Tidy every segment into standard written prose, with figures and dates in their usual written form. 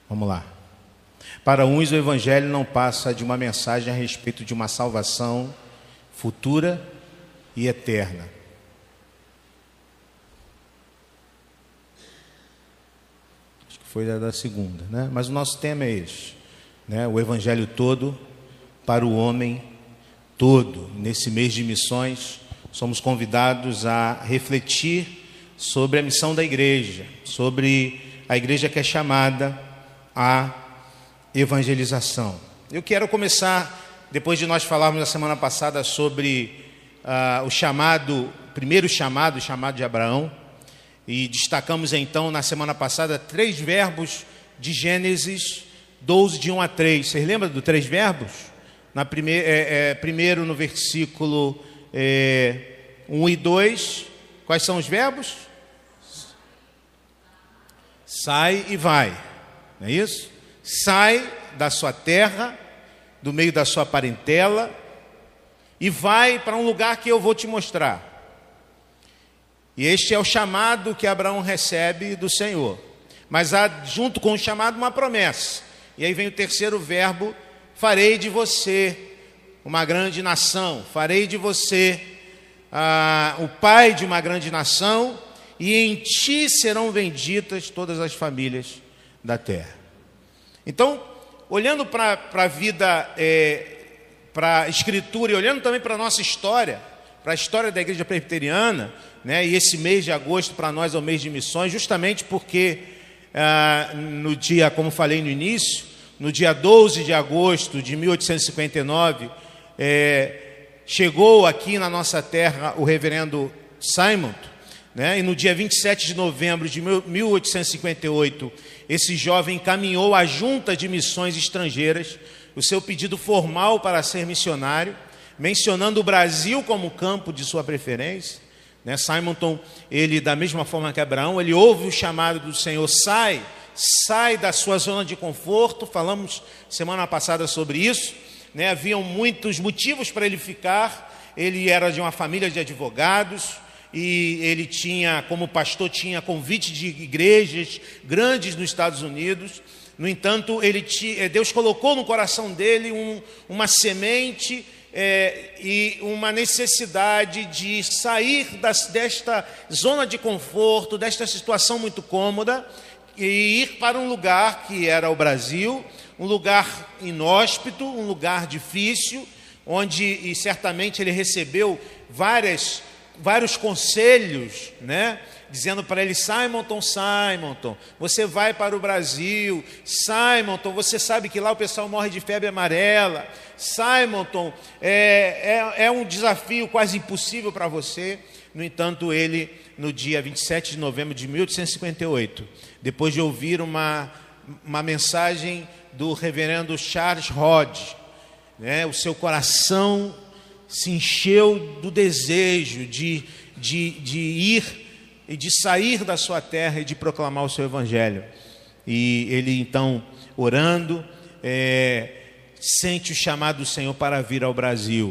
Vamos lá. Para uns, o Evangelho não passa de uma mensagem a respeito de uma salvação futura e eterna. Acho que foi da segunda, né? Mas o nosso tema é esse, né? O Evangelho todo para o homem todo. Nesse mês de missões, somos convidados a refletir sobre a missão da igreja, sobre a igreja que é chamada a evangelização. Eu quero começar, depois de nós falarmos na semana passada sobre o primeiro chamado, o chamado de Abraão, e destacamos então na semana passada 3 verbos de Gênesis 12, de 1 a 3. Vocês lembram dos 3 verbos? Primeiro no versículo 1 e 2, quais são os verbos? Sai e vai, não é isso? Sai da sua terra, do meio da sua parentela, e vai para um lugar que eu vou te mostrar. E este é o chamado que Abraão recebe do Senhor. Mas há, junto com o chamado, uma promessa. E aí vem o terceiro verbo: farei de você uma grande nação, farei de você o pai de uma grande nação, e em ti serão benditas todas as famílias da terra. Então, olhando para a vida, para a Escritura, e olhando também para a nossa história, para a história da Igreja Presbiteriana, né, e esse mês de agosto para nós é o mês de missões, justamente porque no dia, como falei no início, no dia 12 de agosto de 1859, chegou aqui na nossa terra o reverendo Simon, né? E no dia 27 de novembro de 1858, esse jovem encaminhou à Junta de Missões Estrangeiras o seu pedido formal para ser missionário, mencionando o Brasil como campo de sua preferência, né? Simonton, ele, da mesma forma que Abraão, ele ouve o chamado do Senhor: sai da sua zona de conforto. Falamos semana passada sobre isso, né? Haviam muitos motivos para ele ficar. Ele era de uma família de advogados, e ele tinha, como pastor, tinha convite de igrejas grandes nos Estados Unidos. No entanto, Deus colocou no coração dele uma semente e uma necessidade de sair desta zona de conforto, desta situação muito cômoda, e ir para um lugar que era o Brasil, um lugar inóspito, um lugar difícil, onde, e certamente ele recebeu vários conselhos, né? Dizendo para ele: Simonton, você vai para o Brasil. Simonton, você sabe que lá o pessoal morre de febre amarela. Simonton, é um desafio quase impossível para você. No entanto, ele, no dia 27 de novembro de 1858, depois de ouvir uma mensagem do reverendo Charles Hodge, né, o seu coração se encheu do desejo de ir e de sair da sua terra e de proclamar o seu evangelho. E ele então, orando, sente o chamado do Senhor para vir ao Brasil.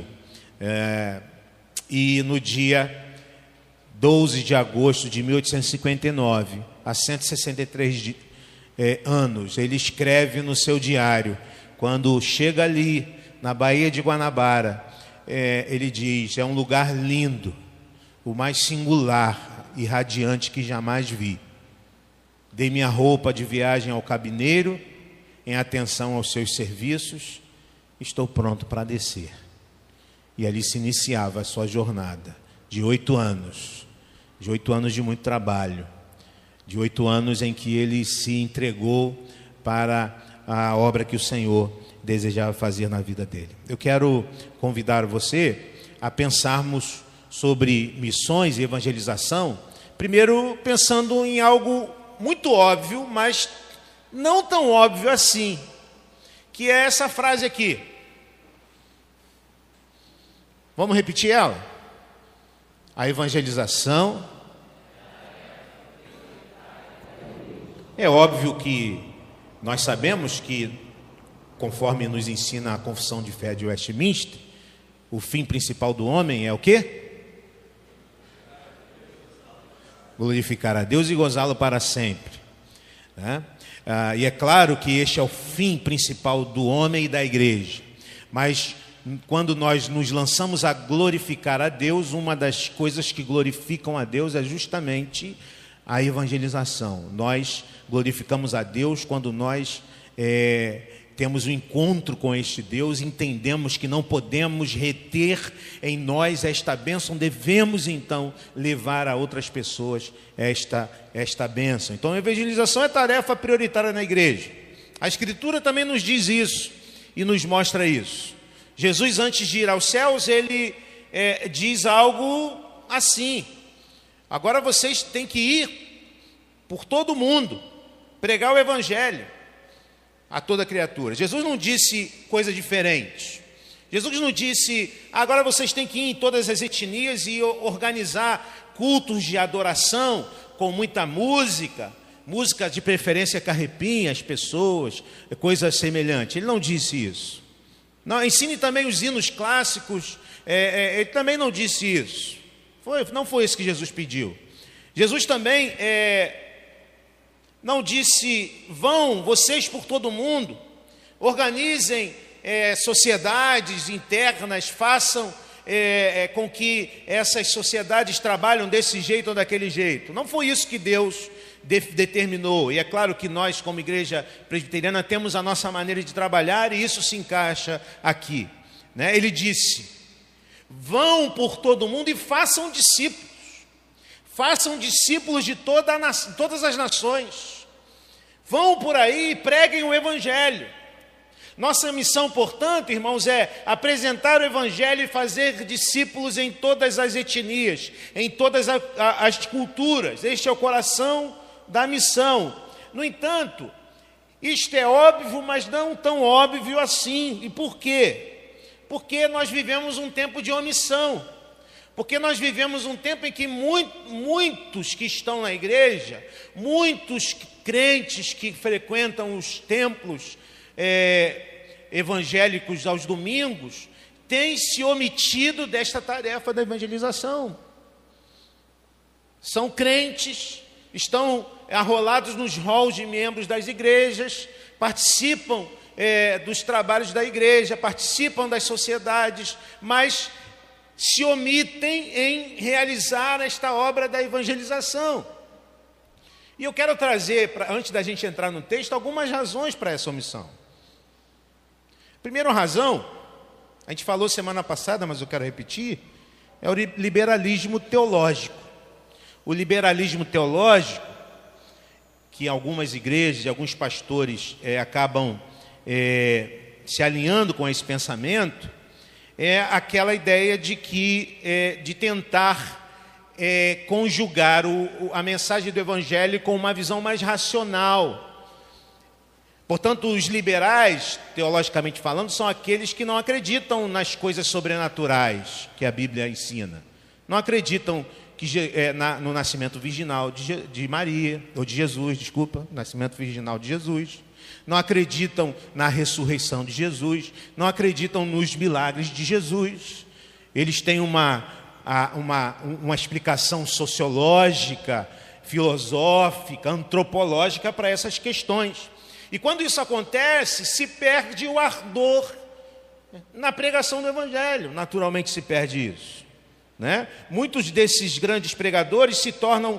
E no dia 12 de agosto de 1859, há 163 anos, ele escreve no seu diário, quando chega ali na Baía de Guanabara, ele diz: é um lugar lindo, o mais singular e radiante que jamais vi. Dei minha roupa de viagem ao cabineiro, em atenção aos seus serviços, estou pronto para descer. E ali se iniciava a sua jornada de 8 anos, de muito trabalho, de 8 anos em que ele se entregou para a obra que o Senhor desejava fazer na vida dele. Eu quero convidar você a pensarmos sobre missões e evangelização, primeiro pensando em algo muito óbvio, mas não tão óbvio assim, que é essa frase aqui. Vamos repetir ela? A evangelização. É óbvio que nós sabemos que, conforme nos ensina a Confissão de Fé de Westminster, o fim principal do homem é o quê? Glorificar a Deus e gozá-lo para sempre, né? E é claro que este é o fim principal do homem e da igreja. Mas quando nós nos lançamos a glorificar a Deus, uma das coisas que glorificam a Deus é justamente a evangelização. Nós glorificamos a Deus quando nós temos um encontro com este Deus, entendemos que não podemos reter em nós esta bênção, devemos então levar a outras pessoas esta bênção. Então a evangelização é tarefa prioritária na igreja. A Escritura também nos diz isso e nos mostra isso. Jesus, antes de ir aos céus, ele diz algo assim: agora vocês têm que ir por todo o mundo, pregar o evangelho a toda criatura. Jesus não disse coisa diferente. Jesus não disse, agora vocês têm que ir em todas as etnias e organizar cultos de adoração com muita música de preferência carrepinha, as pessoas, coisas semelhantes. Ele não disse isso. Não, ensine também os hinos clássicos. Ele também não disse isso. Não foi isso que Jesus pediu. Jesus também não disse, vão vocês por todo mundo, organizem sociedades internas, façam com que essas sociedades trabalhem desse jeito ou daquele jeito. Não foi isso que Deus determinou. E é claro que nós, como igreja presbiteriana, temos a nossa maneira de trabalhar e isso se encaixa aqui, né? Ele disse, vão por todo mundo e façam discípulos. Façam discípulos de todas as nações. Vão por aí e preguem o evangelho. Nossa missão, portanto, irmãos, é apresentar o evangelho e fazer discípulos em todas as etnias, em todas as culturas. Este é o coração da missão. No entanto, isto é óbvio, mas não tão óbvio assim. E por quê? Porque nós vivemos um tempo de omissão. Porque nós vivemos um tempo em que muitos que estão na igreja, muitos crentes que frequentam os templos evangélicos aos domingos, têm se omitido desta tarefa da evangelização. São crentes, estão arrolados nos halls de membros das igrejas, participam dos trabalhos da igreja, participam das sociedades, mas se omitem em realizar esta obra da evangelização. E eu quero trazer, antes da gente entrar no texto, algumas razões para essa omissão. Primeira razão, a gente falou semana passada, mas eu quero repetir, é o liberalismo teológico. O liberalismo teológico, que algumas igrejas e alguns pastores acabam se alinhando com esse pensamento, é aquela ideia de tentar conjugar a mensagem do evangelho com uma visão mais racional. Portanto, os liberais, teologicamente falando, são aqueles que não acreditam nas coisas sobrenaturais que a Bíblia ensina. Não acreditam no nascimento virginal de Maria, ou de Jesus, desculpa, nascimento virginal de Jesus. Não acreditam na ressurreição de Jesus, não acreditam nos milagres de Jesus. Eles têm uma explicação sociológica, filosófica, antropológica para essas questões. E quando isso acontece, se perde o ardor na pregação do evangelho. Naturalmente se perde isso, né? Muitos desses grandes pregadores se tornam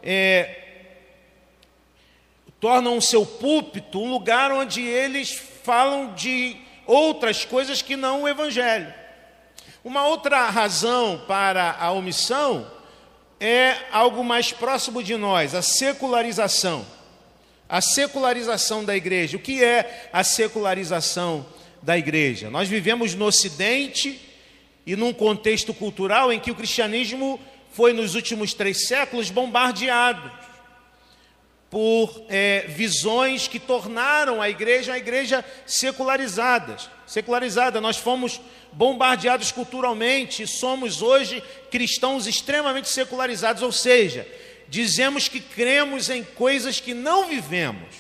o seu púlpito um lugar onde eles falam de outras coisas que não o evangelho. Uma outra razão para a omissão é algo mais próximo de nós, a secularização. A secularização da igreja. O que é a secularização da igreja? Nós vivemos no Ocidente e num contexto cultural em que o cristianismo foi, nos últimos 3 séculos, bombardeado por visões que tornaram a igreja secularizada. Nós fomos bombardeados culturalmente e somos hoje cristãos extremamente secularizados, ou seja, dizemos que cremos em coisas que não vivemos.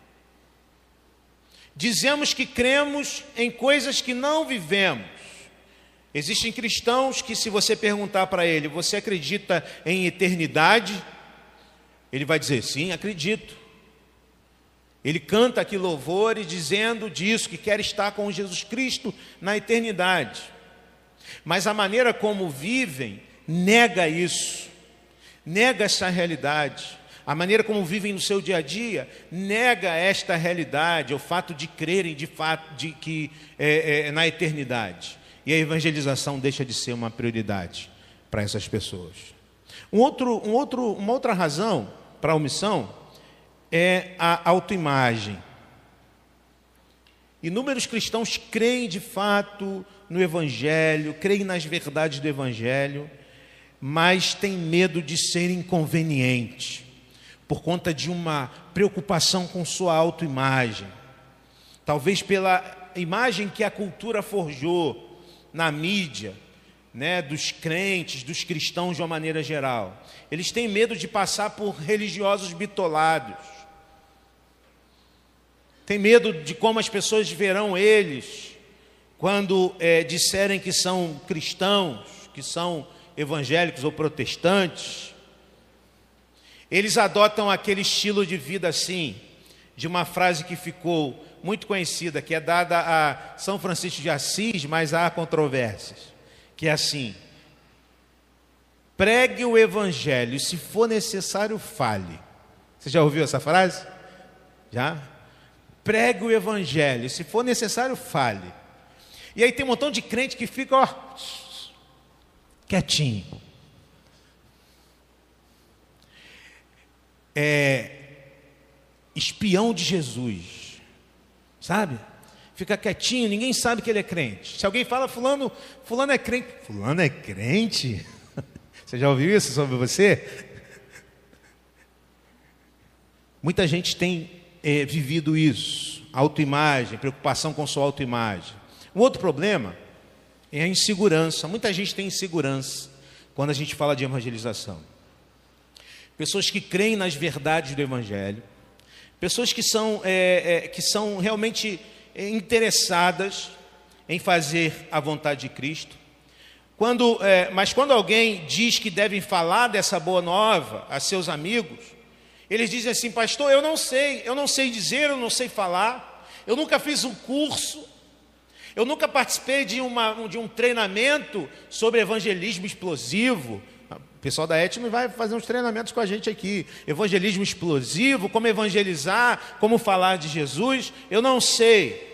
Dizemos que cremos em coisas que não vivemos. Existem cristãos que, se você perguntar para ele, você acredita em eternidade? Ele vai dizer, sim, acredito. Ele canta aqui louvores dizendo disso, que quer estar com Jesus Cristo na eternidade. Mas a maneira como vivem nega isso, nega essa realidade. A maneira como vivem no seu dia a dia nega esta realidade, o fato de crerem de fato na eternidade. E a evangelização deixa de ser uma prioridade para essas pessoas. Uma outra razão para a omissão é a autoimagem. Inúmeros cristãos creem de fato no Evangelho, creem nas verdades do Evangelho, mas têm medo de ser inconveniente, por conta de uma preocupação com sua autoimagem. Talvez pela imagem que a cultura forjou na mídia, né, dos crentes, dos cristãos de uma maneira geral. Eles têm medo de passar por religiosos bitolados. Tem medo de como as pessoas verão eles quando disserem que são cristãos, que são evangélicos ou protestantes. Eles adotam aquele estilo de vida assim, de uma frase que ficou muito conhecida, que é dada a São Francisco de Assis, mas há controvérsias, que é assim: pregue o evangelho, se for necessário, fale. Você já ouviu essa frase? Já? Pregue o evangelho, se for necessário, fale. E aí tem um montão de crente que fica, ó, quietinho. Espião de Jesus, sabe? Fica quietinho, ninguém sabe que ele é crente. Se alguém fala, fulano é crente. Fulano é crente? Você já ouviu isso sobre você? Muita gente tem vivido isso, autoimagem, preocupação com sua autoimagem. Um outro problema é a insegurança. Muita gente tem insegurança quando a gente fala de evangelização. Pessoas que creem nas verdades do Evangelho, pessoas que são realmente interessadas em fazer a vontade de Cristo. Mas quando alguém diz que devem falar dessa boa nova a seus amigos, eles dizem assim: pastor, eu não sei dizer, eu não sei falar, eu nunca fiz um curso, eu nunca participei de um treinamento sobre evangelismo explosivo. O pessoal da Etno vai fazer uns treinamentos com a gente aqui. Evangelismo explosivo, como evangelizar, como falar de Jesus, eu não sei.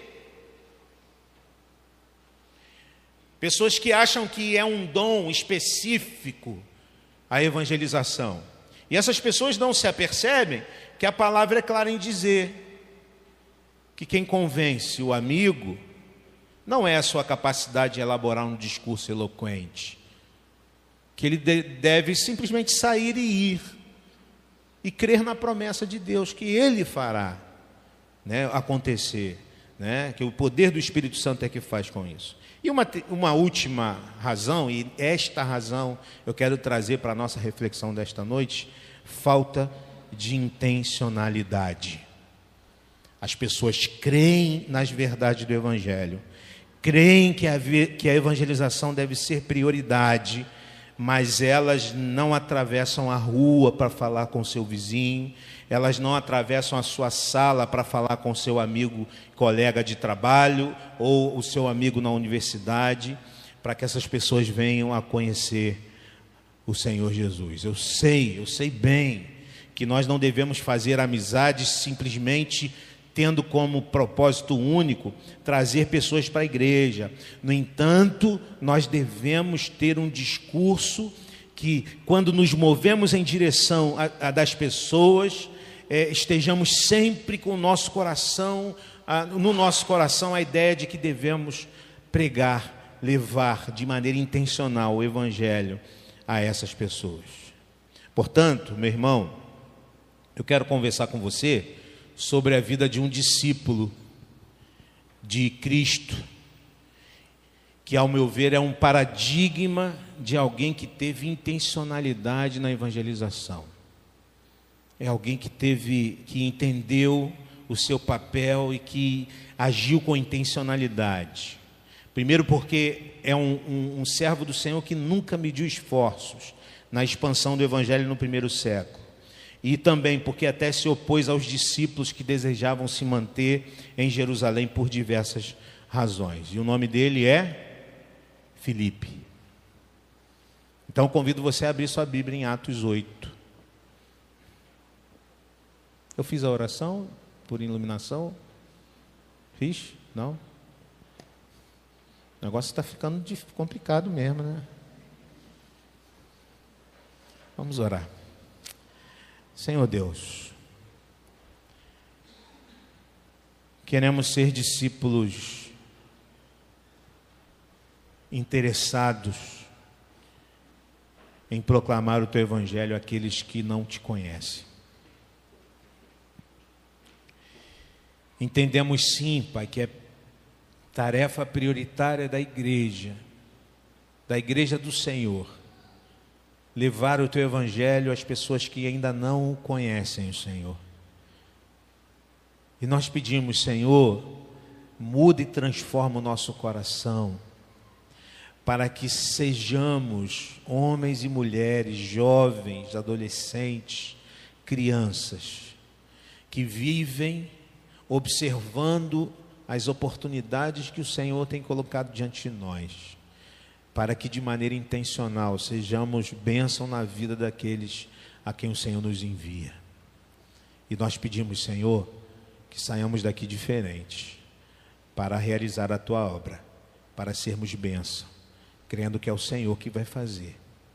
Pessoas que acham que é um dom específico a evangelização. E essas pessoas não se apercebem que a palavra é clara em dizer que quem convence o amigo não é a sua capacidade de elaborar um discurso eloquente, que ele deve simplesmente sair e ir, e crer na promessa de Deus, que Ele fará, né, acontecer, né, que o poder do Espírito Santo é que faz com isso. E uma última razão, e esta razão eu quero trazer para a nossa reflexão desta noite: falta de intencionalidade. As pessoas creem nas verdades do Evangelho, creem que a evangelização deve ser prioridade, mas elas não atravessam a rua para falar com seu vizinho, elas não atravessam a sua sala para falar com seu amigo, colega de trabalho, ou o seu amigo na universidade, para que essas pessoas venham a conhecer o Senhor Jesus. Eu sei bem que nós não devemos fazer amizades simplesmente tendo como propósito único trazer pessoas para a igreja. No entanto, nós devemos ter um discurso que, quando nos movemos em direção a das pessoas, estejamos sempre com o nosso coração, no nosso coração, a ideia de que devemos pregar, levar de maneira intencional o Evangelho a essas pessoas. Portanto, meu irmão, eu quero conversar com você sobre a vida de um discípulo de Cristo, que, ao meu ver, é um paradigma de alguém que teve intencionalidade na evangelização. É alguém que entendeu o seu papel e que agiu com intencionalidade. Primeiro porque é um servo do Senhor que nunca mediu esforços na expansão do Evangelho no primeiro século. e também porque até se opôs aos discípulos que desejavam se manter em Jerusalém por diversas razões. E o nome dele é Filipe. Então convido você a abrir sua Bíblia em Atos 8. Eu fiz a oração por iluminação? Fiz? Não? O negócio está ficando complicado mesmo, né? Vamos orar. Senhor Deus, queremos ser discípulos interessados em proclamar o Teu Evangelho àqueles que não Te conhecem. Entendemos sim, Pai, que é tarefa prioritária da igreja do Senhor, levar o Teu Evangelho às pessoas que ainda não conhecem o Senhor. E nós pedimos, Senhor, muda e transforma o nosso coração, para que sejamos homens e mulheres, jovens, adolescentes, crianças, que vivem observando as oportunidades que o Senhor tem colocado diante de nós, para que de maneira intencional sejamos bênção na vida daqueles a quem o Senhor nos envia. E nós pedimos, Senhor, que saiamos daqui diferentes, para realizar a Tua obra, para sermos bênção, crendo que é o Senhor que vai fazer,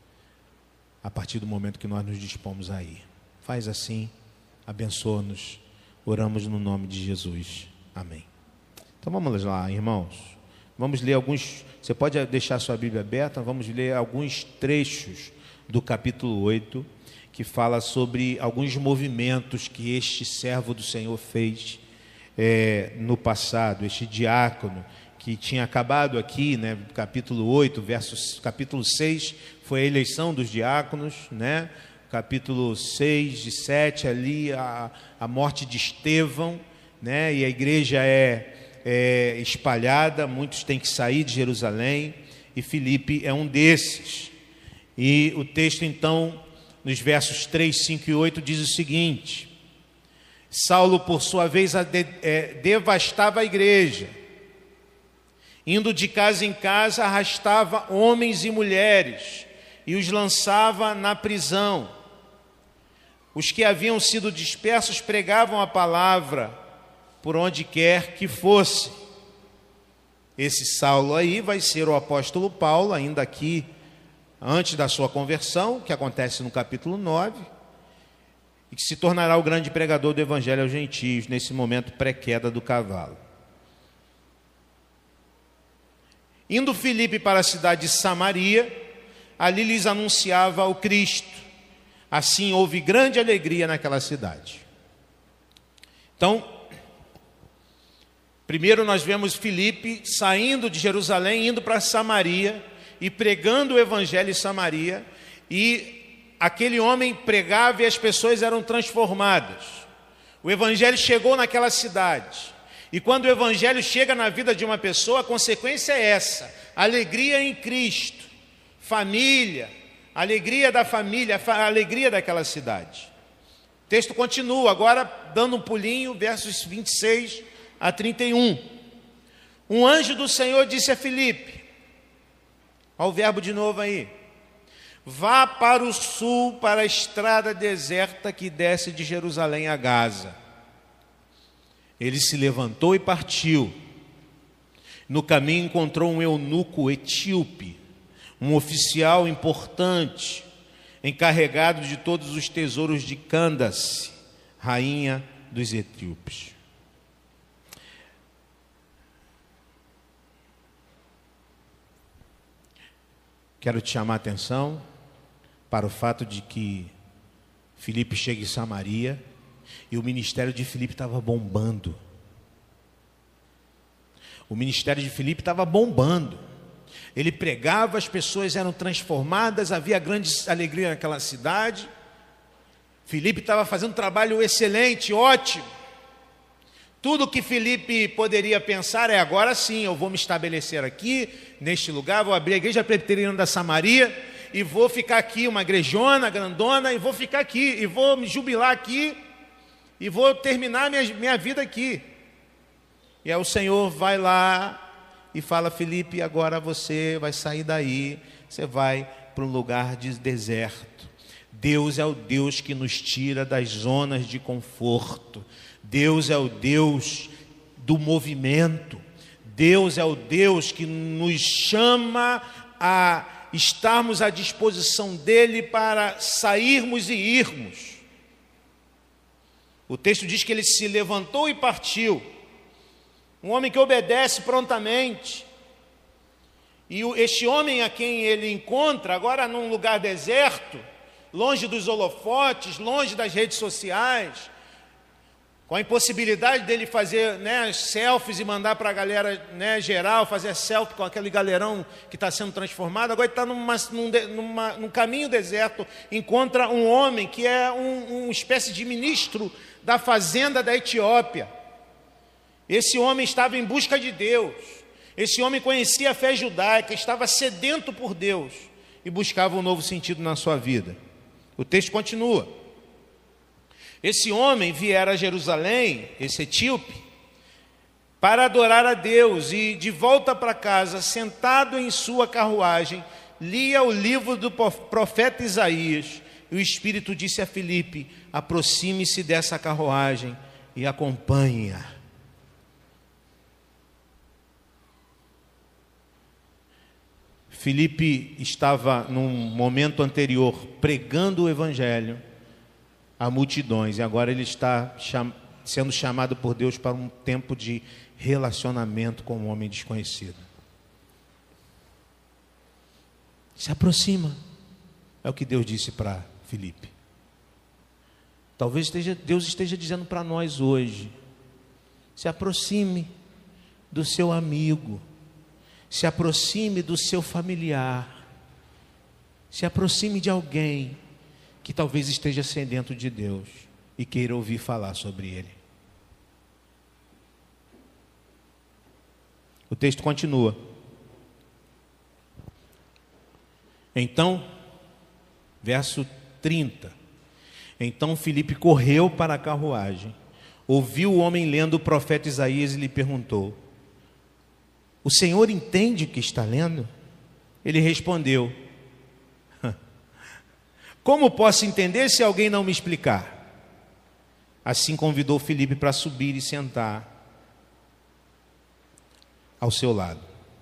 a partir do momento que nós nos dispomos a ir. Faz assim, abençoa-nos, oramos no nome de Jesus. Amém. Então vamos lá, irmãos. Vamos ler alguns, você pode deixar sua Bíblia aberta, vamos ler alguns trechos do capítulo 8, que fala sobre alguns movimentos que este servo do Senhor fez no passado, este diácono, que tinha acabado aqui, né, capítulo 8, capítulo 6, foi a eleição dos diáconos, né? Capítulo 6 de 7 ali, a morte de Estevão, né? E a igreja é espalhada, muitos têm que sair de Jerusalém, e Filipe é um desses. E o texto então, nos versos 3, 5 e 8, diz o seguinte: Saulo, por sua vez, devastava a igreja, indo de casa em casa, arrastava homens e mulheres e os lançava na prisão. Os que haviam sido dispersos pregavam a palavra por onde quer que fosse. Esse Saulo aí vai ser o apóstolo Paulo, ainda aqui, antes da sua conversão, que acontece no capítulo 9, e que se tornará o grande pregador do evangelho aos gentios, nesse momento pré-queda do cavalo. Indo Filipe para a cidade de Samaria, ali lhes anunciava o Cristo. Assim houve grande alegria naquela cidade. Então, primeiro nós vemos Filipe saindo de Jerusalém, indo para Samaria e pregando o evangelho em Samaria, e aquele homem pregava e as pessoas eram transformadas. O evangelho chegou naquela cidade. E quando o evangelho chega na vida de uma pessoa, a consequência é essa: alegria em Cristo, família, alegria da família, a alegria daquela cidade. O texto continua, agora dando um pulinho, versos 26 a 31. Um anjo do Senhor disse a Filipe, olha o verbo de novo aí: vá para o sul, para a estrada deserta que desce de Jerusalém a Gaza. Ele se levantou e partiu. No caminho encontrou um eunuco etíope, um oficial importante, encarregado de todos os tesouros de Candace, rainha dos etíopes. Quero te chamar a atenção para o fato de que Filipe chega em Samaria e o ministério de Filipe estava bombando. O ministério de Filipe estava bombando. Ele pregava, as pessoas eram transformadas, havia grande alegria naquela cidade. Filipe estava fazendo um trabalho excelente, ótimo. Tudo que Filipe poderia pensar é: agora sim, eu vou me estabelecer aqui, neste lugar, vou abrir a igreja presbiteriana da Samaria e vou ficar aqui, uma igrejona grandona, e vou ficar aqui, e vou me jubilar aqui, e vou terminar minha vida aqui. E aí o Senhor vai lá e fala: Felipe, agora você vai sair daí, você vai para um lugar de deserto. Deus é o Deus que nos tira das zonas de conforto. Deus é o Deus do movimento. Deus é o Deus que nos chama a estarmos à disposição dEle para sairmos e irmos. O texto diz que ele se levantou e partiu. Um homem que obedece prontamente. E este homem a quem ele encontra, agora num lugar deserto, longe dos holofotes, longe das redes sociais, com a impossibilidade dele fazer, selfies e mandar para a galera, geral, fazer selfie com aquele galerão que está sendo transformado. Agora ele está num caminho deserto, encontra um homem que é uma espécie de ministro da fazenda da Etiópia. Esse homem estava em busca de Deus. Esse homem conhecia a fé judaica, estava sedento por Deus e buscava um novo sentido na sua vida. O texto continua. Esse homem viera a Jerusalém, esse etíope, para adorar a Deus, e de volta para casa, sentado em sua carruagem, lia o livro do profeta Isaías. E o Espírito disse a Filipe: aproxime-se dessa carruagem e acompanhe-a. Filipe estava num momento anterior pregando o evangelho a multidões, e agora ele está sendo chamado por Deus para um tempo de relacionamento com um homem desconhecido. Se aproxima, é o que Deus disse para Filipe. Talvez Deus esteja dizendo para nós hoje: se aproxime do seu amigo, se aproxime do seu familiar, se aproxime de alguém que talvez esteja sedento de Deus e queira ouvir falar sobre Ele. O texto continua. Então, verso 30. Então Filipe correu para a carruagem, ouviu o homem lendo o profeta Isaías e lhe perguntou: o senhor entende o que está lendo? Ele respondeu: como posso entender se alguém não me explicar? Assim convidou Filipe para subir e sentar ao seu lado.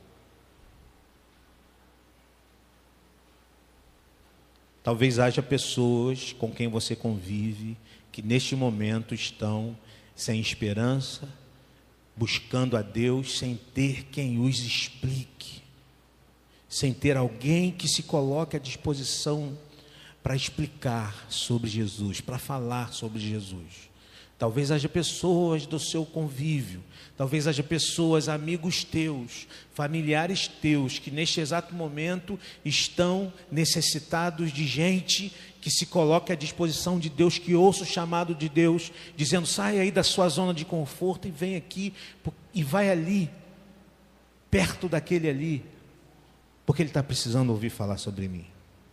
Talvez haja pessoas com quem você convive que neste momento estão sem esperança, buscando a Deus sem ter quem os explique, sem ter alguém que se coloque à disposição para explicar sobre Jesus, para falar sobre Jesus. Talvez haja pessoas do seu convívio, talvez haja pessoas, amigos teus, familiares teus, que neste exato momento estão necessitados de gente que se coloque à disposição de Deus, que ouça o chamado de Deus, dizendo: sai aí da sua zona de conforto e vem aqui, e vai ali, perto daquele ali, porque ele está precisando ouvir falar sobre mim.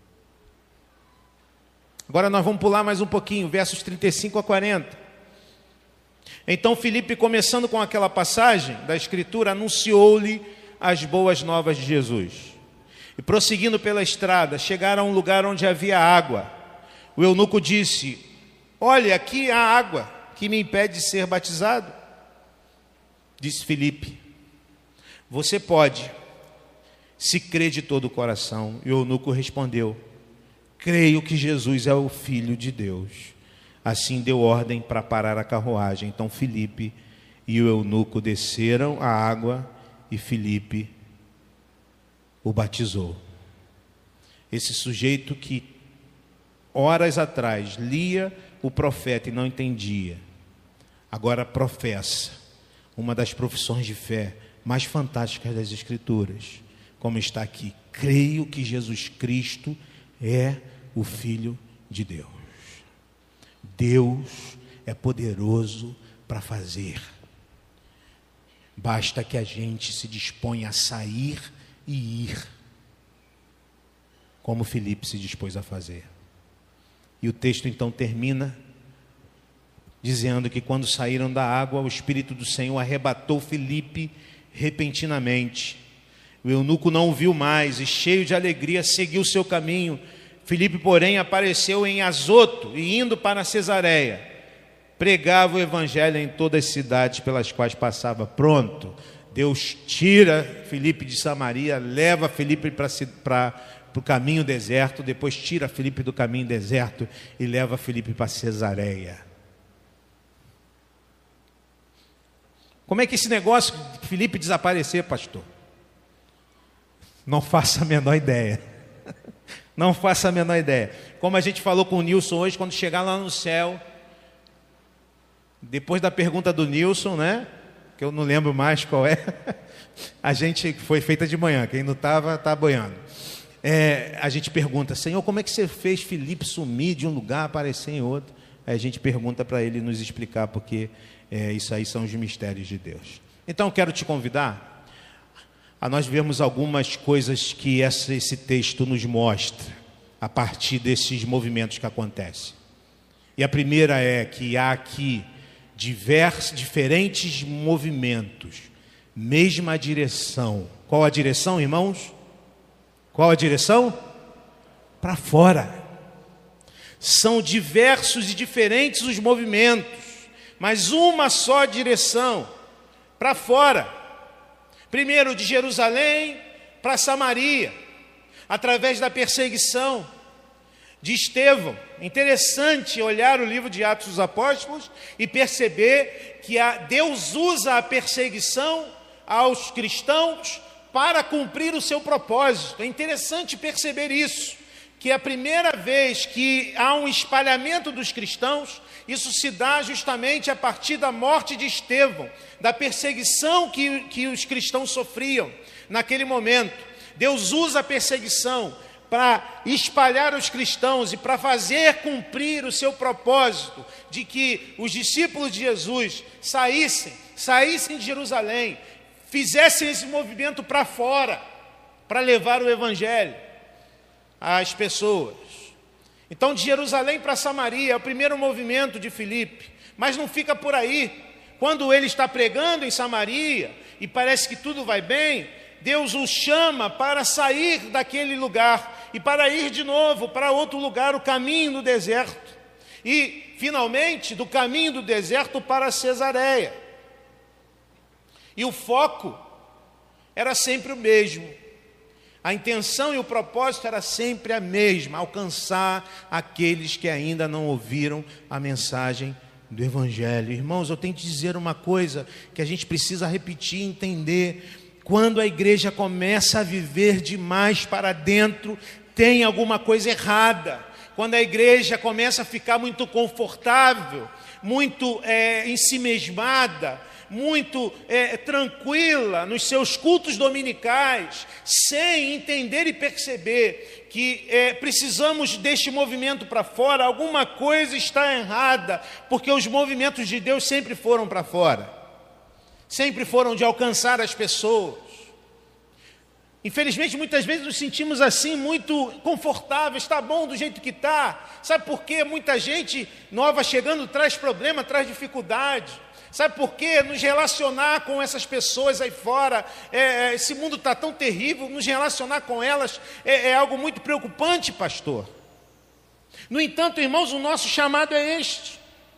Agora nós vamos pular mais um pouquinho, versos 35 a 40. Então Filipe, começando com aquela passagem da Escritura, anunciou-lhe as boas novas de Jesus. E prosseguindo pela estrada, chegaram a um lugar onde havia água. O eunuco disse: olha, aqui há água, que me impede de ser batizado? Disse Filipe: você pode, se crê de todo o coração. E o eunuco respondeu: creio que Jesus é o Filho de Deus. Assim deu ordem para parar a carruagem. Então Filipe e o eunuco desceram a água e Filipe o batizou. Esse sujeito que horas atrás lia o profeta e não entendia, agora professa uma das profissões de fé mais fantásticas das Escrituras, como está aqui: creio que Jesus Cristo é o Filho de Deus. Deus é poderoso para fazer. Basta que a gente se disponha a sair e ir. como Filipe se dispôs a fazer. E o texto então termina dizendo que quando saíram da água, o Espírito do Senhor arrebatou Filipe repentinamente. O eunuco não o viu mais e, cheio de alegria, seguiu seu caminho. Filipe, porém, apareceu em Azoto e, indo para Cesareia, pregava o evangelho em todas as cidades pelas quais passava. Pronto, Deus tira Filipe de Samaria, leva Filipe para o caminho deserto, depois tira Filipe do caminho deserto e leva Filipe para Cesareia. Como é que esse negócio de Filipe desaparecer, pastor? Não faço a menor ideia. Não faço a menor ideia. Como a gente falou com o Nilson hoje, quando chegar lá no céu, depois da pergunta do Nilson, né? Que eu não lembro mais qual é. A gente foi feita de manhã, quem não estava, está boiando. A gente pergunta, Senhor, como é que você fez Filipe sumir de um lugar, aparecer em outro? Aí a gente pergunta para ele nos explicar, porque isso aí são os mistérios de Deus. Então eu quero te convidar a nós vermos algumas coisas que esse texto nos mostra a partir desses movimentos que acontecem. E a primeira é que há aqui diferentes movimentos, mesma direção. Qual a direção, irmãos? Qual a direção? Para fora. São diversos e diferentes os movimentos, mas uma só direção, para fora. Primeiro de Jerusalém para Samaria, através da perseguição de Estevão. Interessante olhar o livro de Atos dos Apóstolos e perceber que Deus usa a perseguição aos cristãos para cumprir o seu propósito. É interessante perceber isso, que a primeira vez que há um espalhamento dos cristãos, isso se dá justamente a partir da morte de Estevão, da perseguição que os cristãos sofriam naquele momento. Deus usa a perseguição para espalhar os cristãos e para fazer cumprir o seu propósito de que os discípulos de Jesus saíssem de Jerusalém, fizessem esse movimento para fora, para levar o evangelho às pessoas. Então, de Jerusalém para Samaria é o primeiro movimento de Filipe, mas não fica por aí. Quando ele está pregando em Samaria e parece que tudo vai bem, Deus o chama para sair daquele lugar e para ir de novo para outro lugar, o caminho do deserto. E, finalmente, do caminho do deserto para Cesareia. E o foco era sempre o mesmo. A intenção e o propósito era sempre a mesma, alcançar aqueles que ainda não ouviram a mensagem do Evangelho. Irmãos, eu tenho que dizer uma coisa que a gente precisa repetir e entender. Quando a igreja começa a viver demais para dentro, tem alguma coisa errada. Quando a igreja começa a ficar muito confortável, muito ensimesmada, muito tranquila nos seus cultos dominicais, sem entender e perceber que precisamos deste movimento para fora, alguma coisa está errada, porque os movimentos de Deus sempre foram para fora, sempre foram de alcançar as pessoas. Infelizmente, muitas vezes nos sentimos assim, muito confortáveis, está bom do jeito que está. Sabe por quê? Muita gente nova chegando traz problema, traz dificuldade. Sabe por quê? Nos relacionar com essas pessoas aí fora, esse mundo está tão terrível, nos relacionar com elas é algo muito preocupante, pastor. No entanto, irmãos, o nosso chamado é este.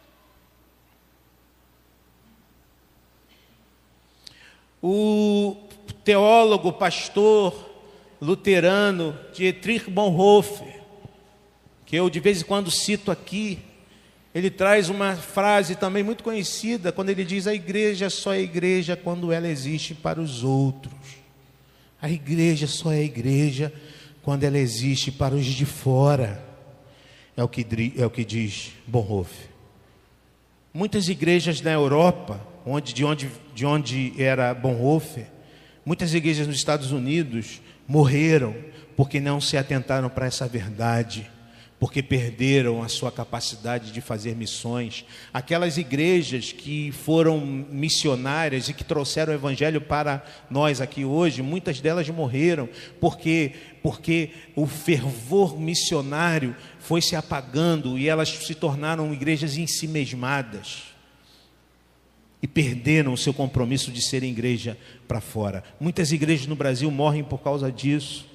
O teólogo, pastor luterano Dietrich Bonhoeffer, que eu de vez em quando cito aqui, ele traz uma frase também muito conhecida, quando ele diz: a igreja só é igreja quando ela existe para os outros. A igreja só é igreja quando ela existe para os de fora. É o que diz Bonhoeffer. Muitas igrejas na Europa, de onde era Bonhoeffer, muitas igrejas nos Estados Unidos morreram porque não se atentaram para essa verdade. porque perderam a sua capacidade de fazer missões. Aquelas igrejas que foram missionárias e que trouxeram o evangelho para nós aqui hoje, muitas delas morreram, porque o fervor missionário foi se apagando e elas se tornaram igrejas ensimesmadas e perderam o seu compromisso de serem igreja para fora. Muitas igrejas no Brasil morrem por causa disso.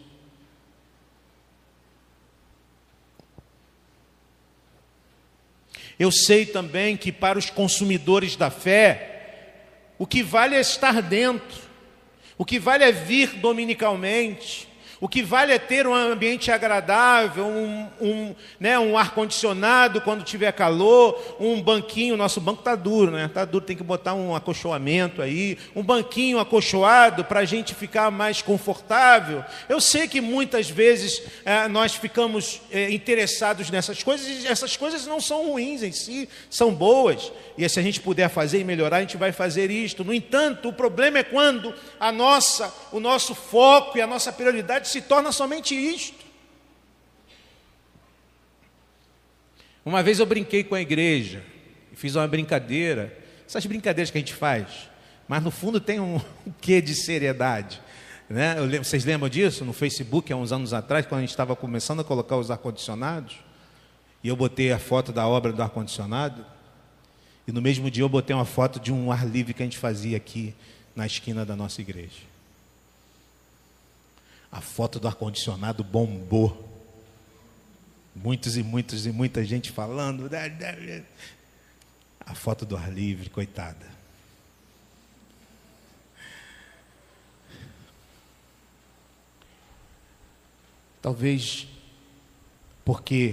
Eu sei também que para os consumidores da fé, o que vale é estar dentro, o que vale é vir dominicalmente, o que vale é ter um ambiente agradável, um ar-condicionado quando tiver calor, um banquinho. Nosso banco está duro, né? Está duro, tem que botar um acolchoamento aí, um banquinho acolchoado para a gente ficar mais confortável. Eu sei que muitas vezes nós ficamos interessados nessas coisas, e essas coisas não são ruins em si, são boas. E se a gente puder fazer e melhorar, a gente vai fazer isto. No entanto, o problema é quando o nosso foco e a nossa prioridade se torna somente isto. Uma vez eu brinquei com a igreja, fiz uma brincadeira, essas brincadeiras que a gente faz, mas no fundo tem um quê de seriedade, né? Vocês lembram disso? No Facebook, há uns anos atrás, quando a gente estava começando a colocar os ar-condicionados, e eu botei a foto da obra do ar-condicionado, e no mesmo dia eu botei uma foto de um ar livre que a gente fazia aqui na esquina da nossa igreja. A foto do ar-condicionado bombou. Muita gente falando. A foto do ar livre, coitada. Talvez porque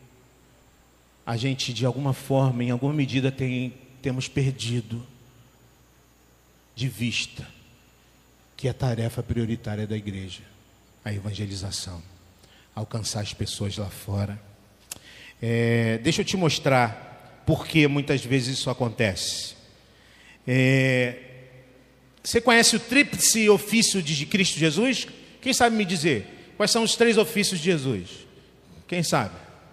a gente, de alguma forma, em alguma medida, temos perdido de vista que é a tarefa prioritária da igreja, a evangelização, alcançar as pessoas lá fora. Deixa eu te mostrar por que muitas vezes isso acontece. Você conhece o tríplice ofício de Cristo Jesus? Quem sabe me dizer quais são os 3 ofícios de Jesus? Quem sabe?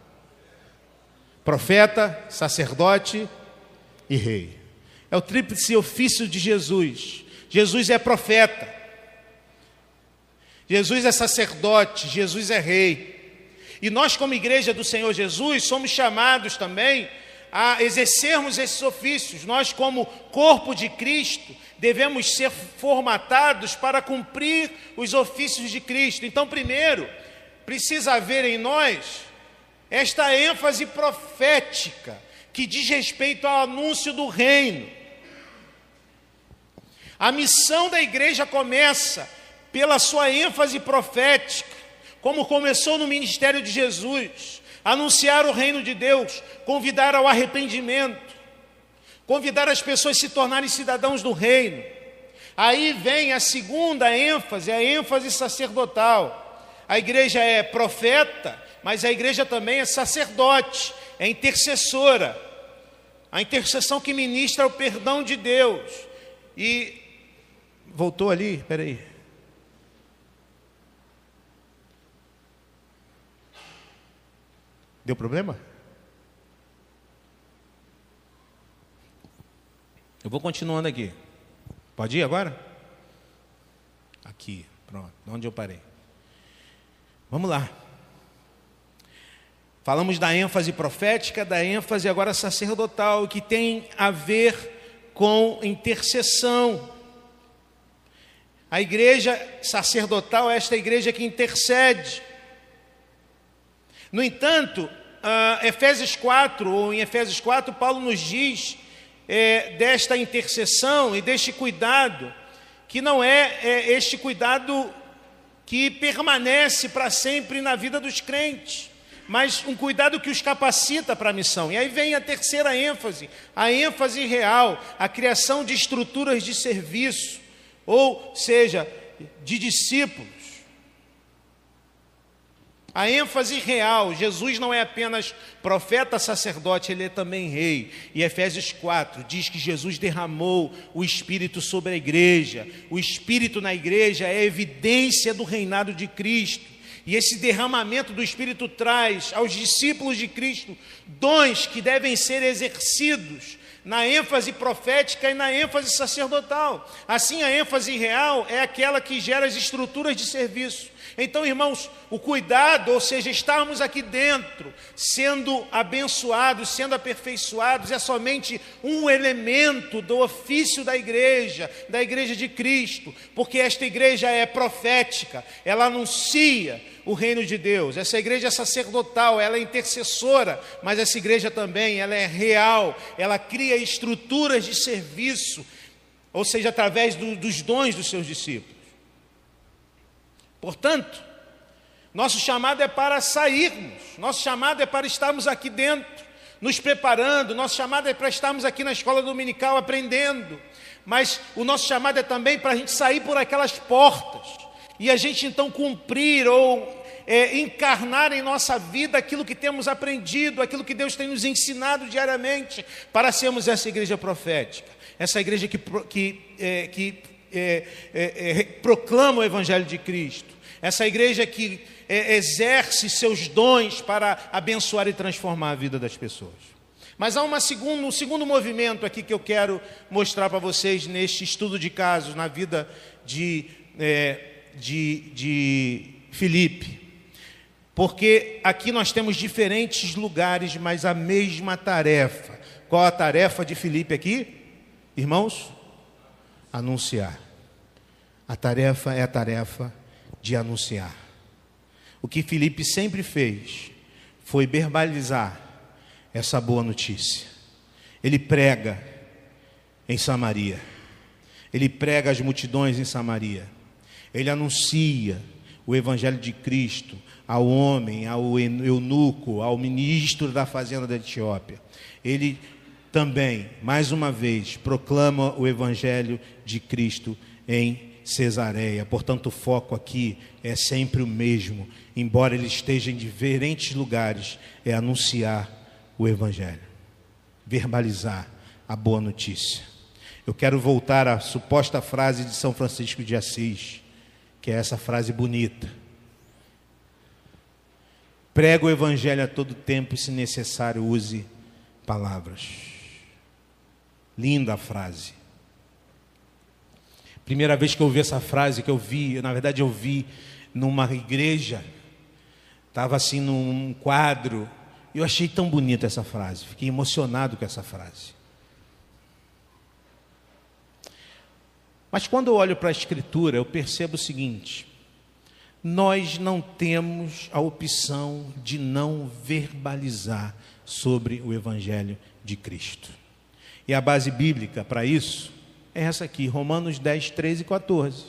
Profeta, sacerdote e rei. É o tríplice ofício de Jesus. Jesus é profeta, Jesus é sacerdote, Jesus é rei. E nós, como igreja do Senhor Jesus, somos chamados também a exercermos esses ofícios. Nós, como corpo de Cristo, devemos ser formatados para cumprir os ofícios de Cristo. Então, primeiro, precisa haver em nós esta ênfase profética que diz respeito ao anúncio do reino. A missão da igreja começa pela sua ênfase profética, como começou no ministério de Jesus: anunciar o reino de Deus, convidar ao arrependimento, convidar as pessoas a se tornarem cidadãos do reino. Aí vem a segunda ênfase, a ênfase sacerdotal. A igreja é profeta, mas a igreja também é sacerdote, é intercessora. A intercessão que ministra o perdão de Deus. E voltou ali, peraí. Deu problema? Eu vou continuando aqui. Pode ir agora? Aqui, pronto, onde eu parei. Vamos lá. Falamos da ênfase profética, da ênfase agora sacerdotal, que tem a ver com intercessão. A igreja sacerdotal é esta igreja que intercede. No entanto, em Efésios 4, Paulo nos diz desta intercessão e deste cuidado, que não é este cuidado que permanece para sempre na vida dos crentes, mas um cuidado que os capacita para a missão. E aí vem a terceira ênfase, a ênfase real, a criação de estruturas de serviço, ou seja, de discípulos. A ênfase real: Jesus não é apenas profeta, sacerdote, ele é também rei. E Efésios 4 diz que Jesus derramou o Espírito sobre a igreja. O Espírito na igreja é evidência do reinado de Cristo. E esse derramamento do Espírito traz aos discípulos de Cristo dons que devem ser exercidos na ênfase profética e na ênfase sacerdotal. Assim, a ênfase real é aquela que gera as estruturas de serviço. Então, irmãos, o cuidado, ou seja, estarmos aqui dentro, sendo abençoados, sendo aperfeiçoados, é somente um elemento do ofício da igreja de Cristo, porque esta igreja é profética, ela anuncia o reino de Deus. Essa igreja é sacerdotal, ela é intercessora, mas essa igreja também, ela é real, ela cria estruturas de serviço, ou seja, através dos dons dos seus discípulos. Portanto, nosso chamado é para sairmos, nosso chamado é para estarmos aqui dentro, nos preparando, nosso chamado é para estarmos aqui na escola dominical aprendendo, mas o nosso chamado é também para a gente sair por aquelas portas, e a gente então cumprir ou encarnar em nossa vida aquilo que temos aprendido, aquilo que Deus tem nos ensinado diariamente, para sermos essa igreja profética, essa igreja que proclama o Evangelho de Cristo, essa igreja que exerce seus dons para abençoar e transformar a vida das pessoas. Mas há um segundo movimento aqui que eu quero mostrar para vocês neste estudo de casos na vida de Filipe. Porque aqui nós temos diferentes lugares, mas a mesma tarefa. Qual a tarefa de Filipe aqui? Irmãos? Anunciar. A tarefa é a tarefa de anunciar. O que Filipe sempre fez foi verbalizar essa boa notícia. Ele prega em Samaria. Ele prega às multidões em Samaria. Ele anuncia o Evangelho de Cristo ao homem, ao eunuco, ao ministro da fazenda da Etiópia. Ele também, mais uma vez, proclama o Evangelho de Cristo em Cesareia. Portanto, o foco aqui é sempre o mesmo, embora ele esteja em diferentes lugares, é anunciar o Evangelho, verbalizar a boa notícia. Eu quero voltar à suposta frase de São Francisco de Assis, que é essa frase bonita: prega o Evangelho a todo tempo e, se necessário, use palavras. Linda a frase. Primeira vez que eu ouvi essa frase, eu vi numa igreja, estava assim num quadro, e eu achei tão bonita essa frase, fiquei emocionado com essa frase. Mas quando eu olho para a Escritura, eu percebo o seguinte: nós não temos a opção de não verbalizar sobre o Evangelho de Cristo. E a base bíblica para isso é essa aqui, Romanos 10, 13 e 14.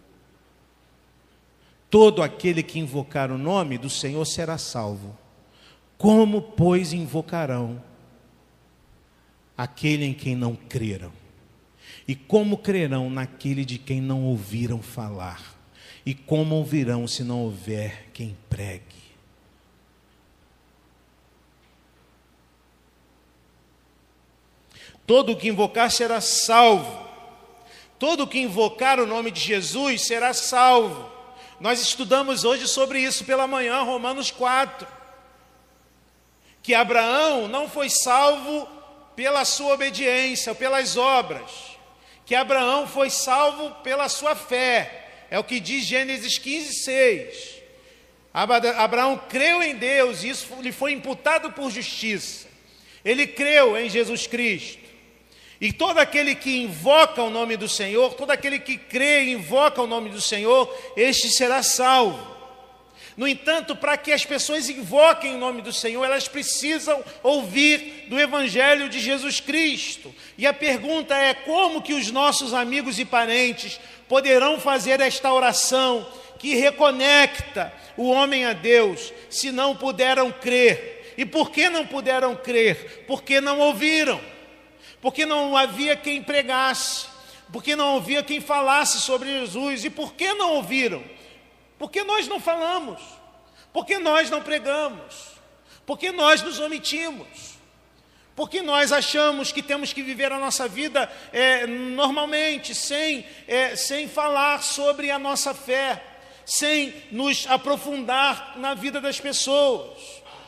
Todo aquele que invocar o nome do Senhor será salvo. Como, pois, invocarão aquele em quem não creram? E como crerão naquele de quem não ouviram falar? E como ouvirão se não houver quem pregue? Todo o que invocar será salvo. Todo o que invocar o nome de Jesus será salvo. Nós estudamos hoje sobre isso pela manhã, Romanos 4. Que Abraão não foi salvo pela sua obediência, pelas obras. Que Abraão foi salvo pela sua fé. É o que diz Gênesis 15, 6. Abraão creu em Deus e isso lhe foi imputado por justiça. Ele creu em Jesus Cristo. E todo aquele que invoca o nome do Senhor, todo aquele que crê e invoca o nome do Senhor, este será salvo. No entanto, para que as pessoas invoquem o nome do Senhor, elas precisam ouvir do Evangelho de Jesus Cristo. E a pergunta é: como que os nossos amigos e parentes poderão fazer esta oração que reconecta o homem a Deus, se não puderam crer? E por que não puderam crer? Porque não ouviram. Porque não havia quem pregasse, porque não havia quem falasse sobre Jesus. E por que não ouviram? Porque nós não falamos, porque nós não pregamos, porque nós nos omitimos, porque nós achamos que temos que viver a nossa vida normalmente, sem falar sobre a nossa fé, sem nos aprofundar na vida das pessoas.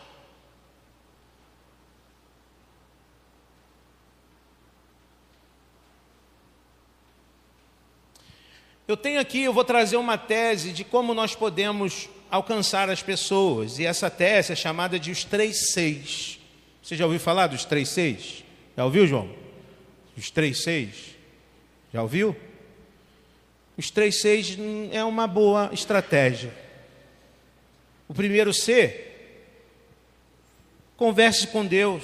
Eu vou trazer uma tese de como nós podemos alcançar as pessoas. E essa tese é chamada de os 3 Cs. Você já ouviu falar dos 3 Cs? Já ouviu, João? Os 3 Cs? Já ouviu? Os 3 Cs é uma boa estratégia. O primeiro C, converse com Deus.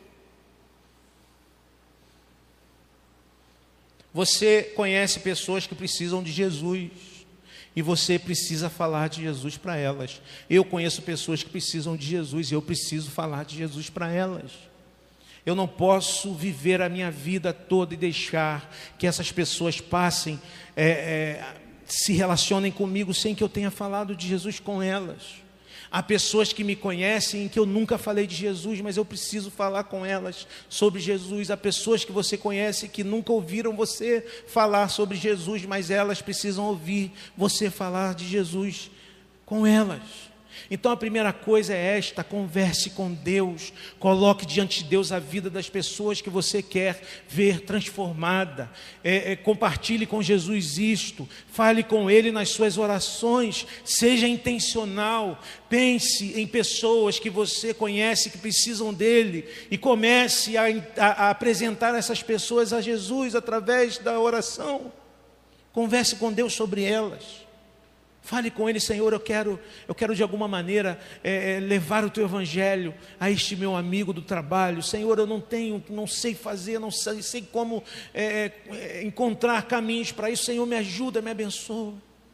Você conhece pessoas que precisam de Jesus e você precisa falar de Jesus para elas. Eu conheço pessoas que precisam de Jesus e eu preciso falar de Jesus para elas. Eu não posso viver a minha vida toda e deixar que essas pessoas passem, se relacionem comigo sem que eu tenha falado de Jesus com elas. Há pessoas que me conhecem em que eu nunca falei de Jesus, mas eu preciso falar com elas sobre Jesus. Há pessoas que você conhece que nunca ouviram você falar sobre Jesus, mas elas precisam ouvir você falar de Jesus com elas. Então a primeira coisa é esta: converse com Deus, coloque diante de Deus a vida das pessoas que você quer ver transformada, compartilhe com Jesus isto, fale com Ele nas suas orações, seja intencional, pense em pessoas que você conhece que precisam dEle e comece a apresentar essas pessoas a Jesus através da oração. Converse com Deus sobre elas. Fale com Ele: Senhor, eu quero de alguma maneira levar o Teu Evangelho a este meu amigo do trabalho. Senhor, eu não sei fazer, não sei como encontrar caminhos para isso. Senhor, me ajuda, me abençoa.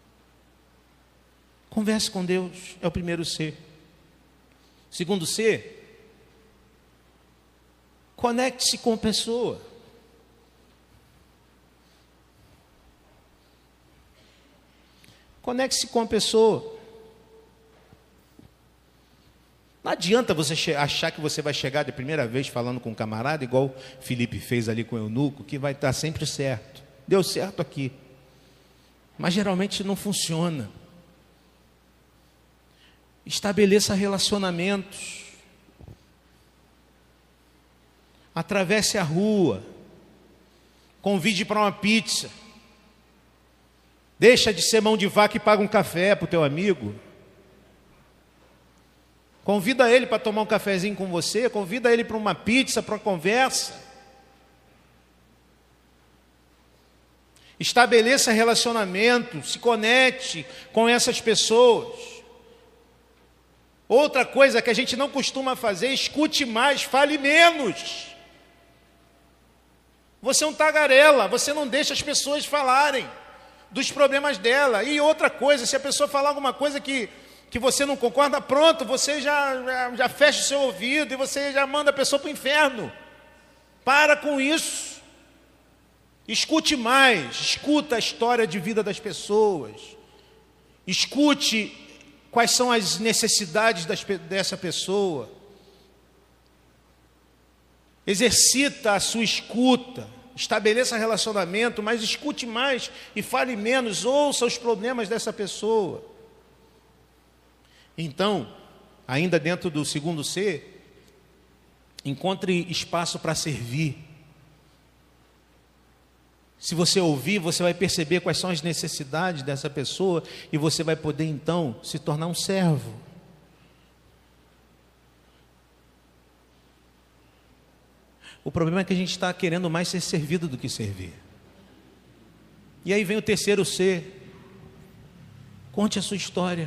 Converse com Deus, é o primeiro C. Segundo C, conecte-se com a pessoa. Conecte-se com a pessoa. Não adianta você achar que você vai chegar de primeira vez falando com um camarada, igual Felipe fez ali com o eunuco, que vai estar sempre certo. Deu certo aqui. Mas geralmente não funciona. Estabeleça relacionamentos. Atravesse a rua. Convide para uma pizza. Deixa de ser mão de vaca e paga um café para o teu amigo. Convida ele para tomar um cafezinho com você. Convida ele para uma pizza, para uma conversa. Estabeleça relacionamento. Se conecte com essas pessoas. Outra coisa que a gente não costuma fazer: escute mais, fale menos. Você é um tagarela. Você não deixa as pessoas falarem dos problemas dela. E outra coisa, se a pessoa falar alguma coisa que você não concorda, pronto, você já fecha o seu ouvido e você já manda a pessoa para o inferno. Para com isso. Escute mais, escuta a história de vida das pessoas. Escute quais são as necessidades dessa pessoa. Exercita a sua escuta. Estabeleça relacionamento, mas escute mais e fale menos. Ouça os problemas dessa pessoa. Então, ainda dentro do segundo C, encontre espaço para servir. Se você ouvir, você vai perceber quais são as necessidades dessa pessoa e você vai poder então se tornar um servo. O problema é que a gente está querendo mais ser servido do que servir. E aí vem o terceiro C. Conte a sua história.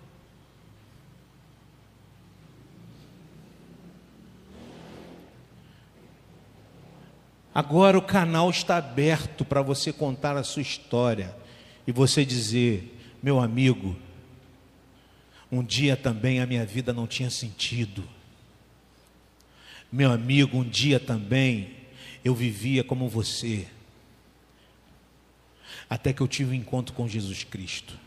Agora o canal está aberto para você contar a sua história e você dizer: meu amigo, um dia também a minha vida não tinha sentido. Meu amigo, um dia também eu vivia como você, até que eu tive um encontro com Jesus Cristo.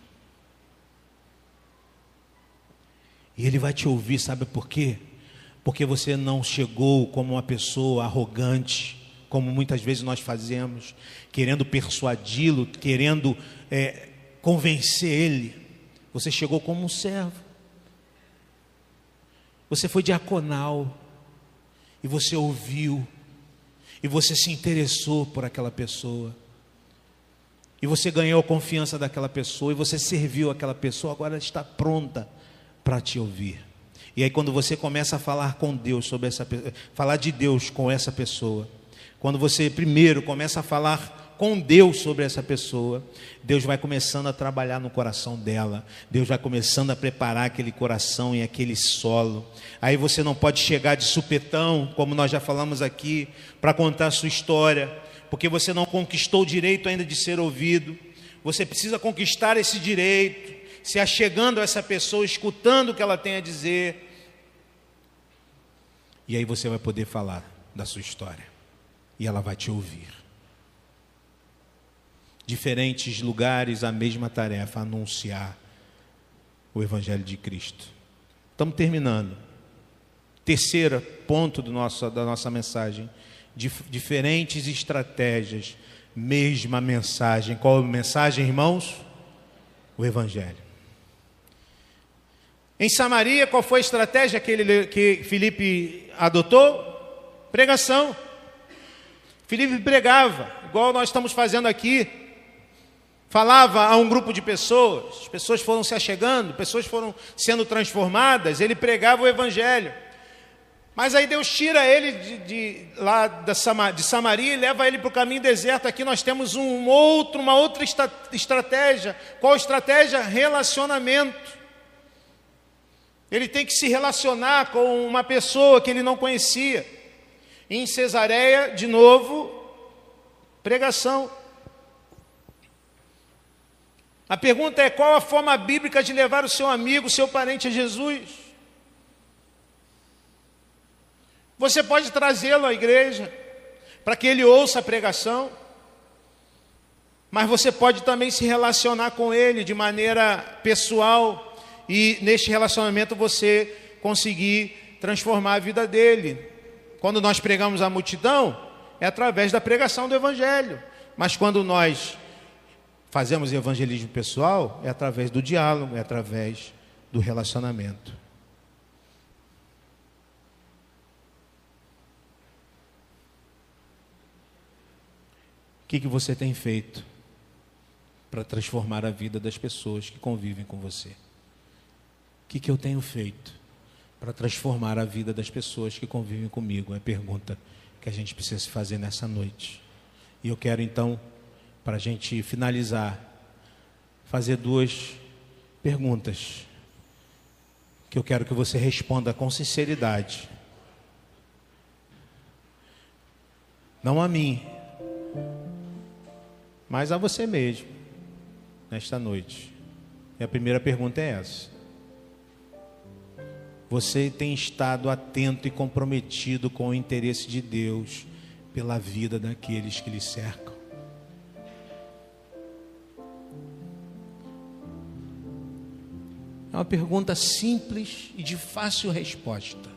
E Ele vai te ouvir, sabe por quê? Porque você não chegou como uma pessoa arrogante, como muitas vezes nós fazemos, querendo persuadi-lo, querendo convencer Ele. Você chegou como um servo. Você foi diaconal. E você ouviu. E você se interessou por aquela pessoa. E você ganhou a confiança daquela pessoa. E você serviu aquela pessoa. Agora ela está pronta para te ouvir. E aí quando você começa a falar com Deus sobre essa pessoa, falar de Deus com essa pessoa, quando você primeiro começa a falar com Deus sobre essa pessoa, Deus vai começando a trabalhar no coração dela, Deus vai começando a preparar aquele coração e aquele solo. Aí você não pode chegar de supetão, como nós já falamos aqui, para contar a sua história, porque você não conquistou o direito ainda de ser ouvido. Você precisa conquistar esse direito, se achegando a essa pessoa, escutando o que ela tem a dizer. E aí você vai poder falar da sua história. E ela vai te ouvir. Diferentes lugares, a mesma tarefa, anunciar o Evangelho de Cristo. Estamos terminando. Terceiro ponto da nossa mensagem. Diferentes estratégias, mesma mensagem. Qual a mensagem, irmãos? O Evangelho. Em Samaria, qual foi a estratégia que Filipe adotou? Pregação. Filipe pregava, igual nós estamos fazendo aqui. Falava a um grupo de pessoas, as pessoas foram se achegando, pessoas foram sendo transformadas, ele pregava o Evangelho. Mas aí Deus tira ele de Samaria e leva ele para o caminho deserto. Aqui nós temos uma outra estratégia. Qual estratégia? Relacionamento. Ele tem que se relacionar com uma pessoa que ele não conhecia. Em Cesareia, de novo, pregação. A pergunta é: qual a forma bíblica de levar o seu amigo, o seu parente a Jesus? Você pode trazê-lo à igreja para que ele ouça a pregação, mas você pode também se relacionar com ele de maneira pessoal e neste relacionamento você conseguir transformar a vida dele. Quando nós pregamos a multidão, é através da pregação do Evangelho. Mas quando nós fazemos evangelismo pessoal, é através do diálogo, é através do relacionamento. O que você tem feito para transformar a vida das pessoas que convivem com você? O que eu tenho feito para transformar a vida das pessoas que convivem comigo? É a pergunta que a gente precisa se fazer nessa noite. E eu quero então, para a gente finalizar, fazer duas perguntas que eu quero que você responda com sinceridade. Não a mim, mas a você mesmo, nesta noite. E a primeira pergunta é essa: você tem estado atento e comprometido com o interesse de Deus pela vida daqueles que lhe cercam? É uma pergunta simples e de fácil resposta.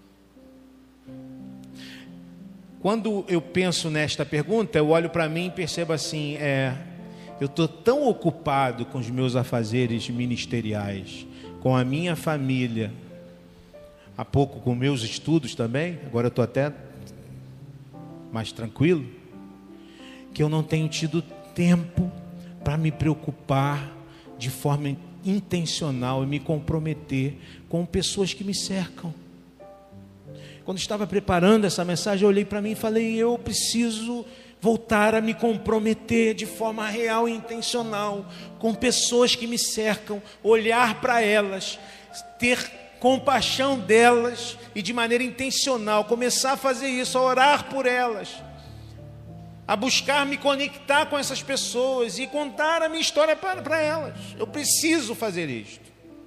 Quando eu penso nesta pergunta, eu olho para mim e percebo assim, eu estou tão ocupado com os meus afazeres ministeriais, com a minha família, há pouco com meus estudos também, agora eu estou até mais tranquilo, que eu não tenho tido tempo para me preocupar de forma intencional e me comprometer com pessoas que me cercam. Quando estava preparando essa mensagem, eu olhei para mim e falei: eu preciso voltar a me comprometer de forma real e intencional com pessoas que me cercam, olhar para elas, ter compaixão delas e de maneira intencional começar a fazer isso, a orar por elas, a buscar me conectar com essas pessoas e contar a minha história para elas. Eu preciso fazer isto.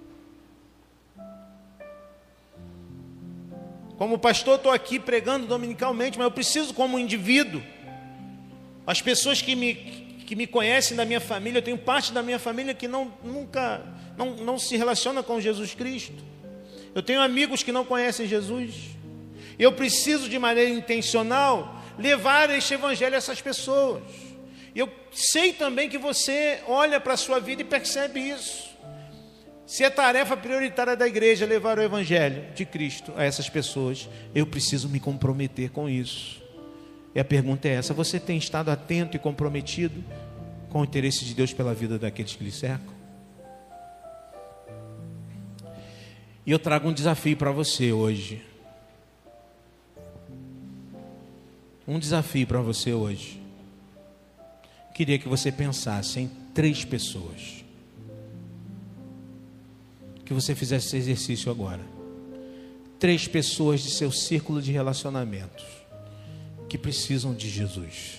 Como pastor, estou aqui pregando dominicalmente, mas eu preciso, como indivíduo, as pessoas que me conhecem da minha família, eu tenho parte da minha família que nunca se relaciona com Jesus Cristo. Eu tenho amigos que não conhecem Jesus. Eu preciso, de maneira intencional, levar este evangelho a essas pessoas. Eu sei também que você olha para a sua vida e percebe isso. Se é tarefa prioritária da igreja levar o evangelho de Cristo a essas pessoas, eu preciso me comprometer com isso. E a pergunta é essa: você tem estado atento e comprometido com o interesse de Deus pela vida daqueles que lhe cercam? E eu trago um desafio para você hoje. Um desafio para você hoje. Queria que você pensasse em 3 pessoas. Que você fizesse esse exercício agora. 3 pessoas de seu círculo de relacionamentos que precisam de Jesus.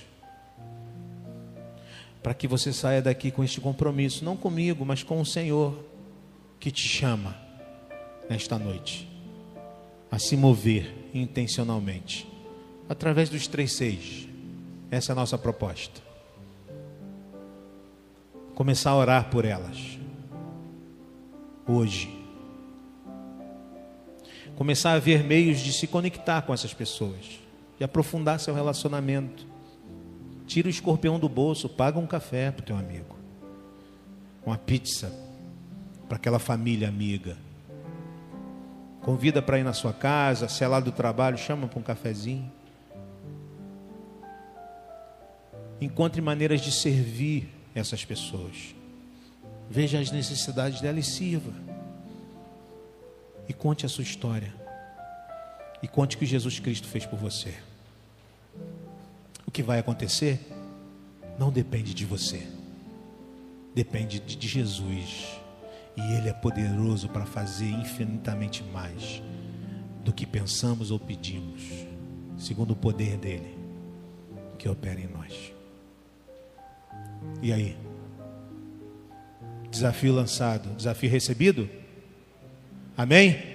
Para que você saia daqui com este compromisso, não comigo, mas com o Senhor que te chama nesta noite a se mover intencionalmente através dos 3 Cs. Essa é a nossa proposta. Começar a orar por elas hoje. Começar a ver meios de se conectar com essas pessoas, de aprofundar seu relacionamento. Tira o escorpião do bolso, paga um café para o teu amigo, uma pizza para aquela família amiga. Convida para ir na sua casa, se é lá do trabalho, chama para um cafezinho. Encontre maneiras de servir essas pessoas. Veja as necessidades dela e sirva. E conte a sua história. E conte o que Jesus Cristo fez por você. O que vai acontecer não depende de você. Depende de Jesus. E Ele é poderoso para fazer infinitamente mais do que pensamos ou pedimos, segundo o poder dEle que opera em nós. E aí? Desafio lançado, desafio recebido? Amém?